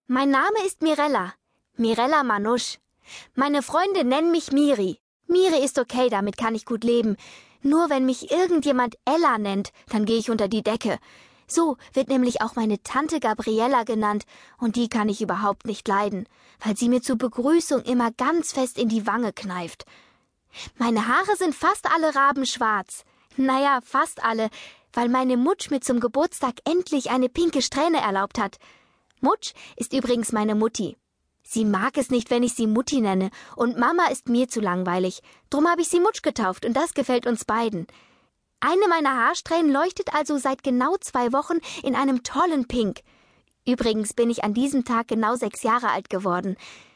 Mein Name ist Mirella. Mirella Manouche. Meine Freunde nennen mich Miri. Miri ist okay, damit kann ich gut leben. Nur wenn mich irgendjemand Ella nennt, dann gehe ich unter die Decke. So wird nämlich auch meine Tante Gabriella genannt, und die kann ich überhaupt nicht leiden, weil sie mir zur Begrüßung immer ganz fest in die Wange kneift. Meine Haare sind fast alle rabenschwarz. Naja, fast alle, weil meine Mutsch mir zum Geburtstag endlich eine pinke Strähne erlaubt hat. Mutsch ist übrigens meine Mutti. Sie mag es nicht, wenn ich sie Mutti nenne, und Mama ist mir zu langweilig. Drum habe ich sie Mutsch getauft, und das gefällt uns beiden. Eine meiner Haarsträhnen leuchtet also seit genau 2 Wochen in einem tollen Pink. Übrigens bin ich an diesem Tag genau 6 Jahre alt geworden.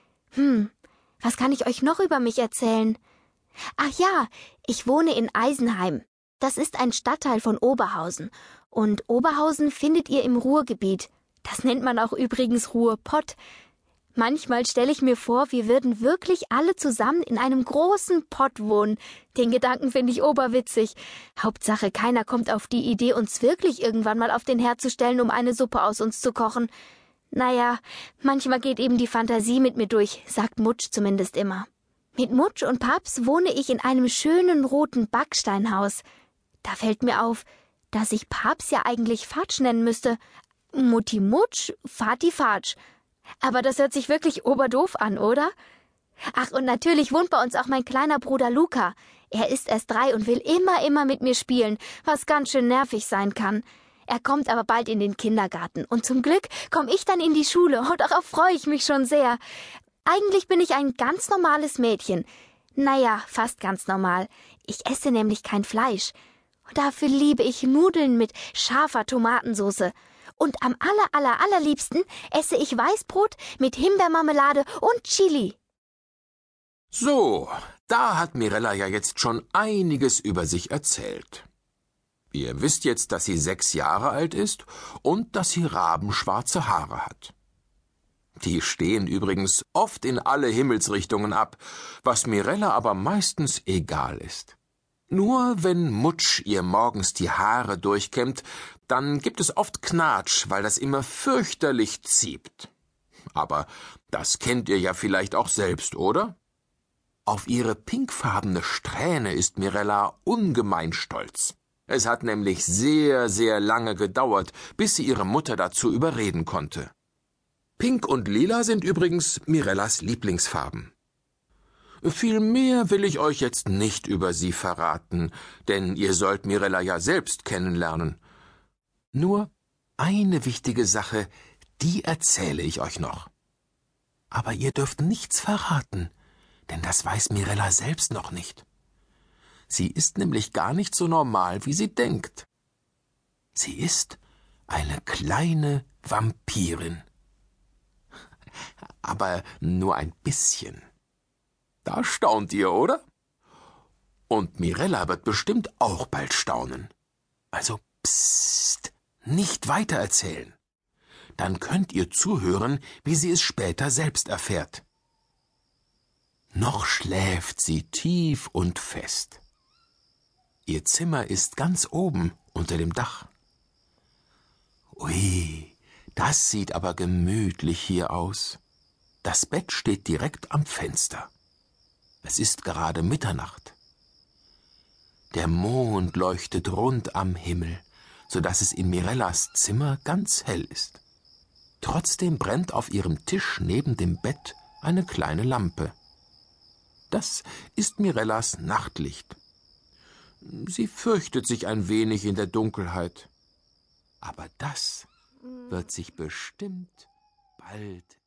Was kann ich euch noch über mich erzählen? Ach ja, ich wohne in Eisenheim. Das ist ein Stadtteil von Oberhausen. Und Oberhausen findet ihr im Ruhrgebiet. Das nennt man auch übrigens Ruhrpott. Manchmal stelle ich mir vor, wir würden wirklich alle zusammen in einem großen Pott wohnen. Den Gedanken finde ich oberwitzig. Hauptsache, keiner kommt auf die Idee, uns wirklich irgendwann mal auf den Herd zu stellen, um eine Suppe aus uns zu kochen. Naja, manchmal geht eben die Fantasie mit mir durch, sagt Mutsch zumindest immer. Mit Mutsch und Paps wohne ich in einem schönen roten Backsteinhaus. Da fällt mir auf, dass ich Paps ja eigentlich Fatsch nennen müsste. Mutti Mutsch, Vati Fatsch. Aber das hört sich wirklich oberdoof an, oder? Ach, und natürlich wohnt bei uns auch mein kleiner Bruder Luca. Er ist erst 3 und will immer mit mir spielen, was ganz schön nervig sein kann. Er kommt aber bald in den Kindergarten und zum Glück komme ich dann in die Schule und darauf freue ich mich schon sehr. Eigentlich bin ich ein ganz normales Mädchen. Naja, fast ganz normal. Ich esse nämlich kein Fleisch. Dafür liebe ich Nudeln mit scharfer Tomatensauce. Und am allerliebsten esse ich Weißbrot mit Himbeermarmelade und Chili. So, da hat Mirella ja jetzt schon einiges über sich erzählt. Ihr wisst jetzt, dass sie 6 Jahre alt ist und dass sie rabenschwarze Haare hat. Die stehen übrigens oft in alle Himmelsrichtungen ab, was Mirella aber meistens egal ist. Nur wenn Mutsch ihr morgens die Haare durchkämmt, dann gibt es oft Knatsch, weil das immer fürchterlich zieht. Aber das kennt ihr ja vielleicht auch selbst, oder? Auf ihre pinkfarbene Strähne ist Mirella ungemein stolz. Es hat nämlich sehr lange gedauert, bis sie ihre Mutter dazu überreden konnte. Pink und Lila sind übrigens Mirellas Lieblingsfarben. Viel mehr will ich euch jetzt nicht über sie verraten, denn ihr sollt Mirella ja selbst kennenlernen. Nur eine wichtige Sache, die erzähle ich euch noch. Aber ihr dürft nichts verraten, denn das weiß Mirella selbst noch nicht. Sie ist nämlich gar nicht so normal, wie sie denkt. Sie ist eine kleine Vampirin. Aber nur ein bisschen. Da staunt ihr, oder? Und Mirella wird bestimmt auch bald staunen. Also, psst, nicht weitererzählen. Dann könnt ihr zuhören, wie sie es später selbst erfährt. Noch schläft sie tief und fest. Ihr Zimmer ist ganz oben unter dem Dach. Ui, das sieht aber gemütlich hier aus. Das Bett steht direkt am Fenster. Es ist gerade Mitternacht. Der Mond leuchtet rund am Himmel, so dass es in Mirellas Zimmer ganz hell ist. Trotzdem brennt auf ihrem Tisch neben dem Bett eine kleine Lampe. Das ist Mirellas Nachtlicht. Sie fürchtet sich ein wenig in der Dunkelheit. Aber das wird sich bestimmt bald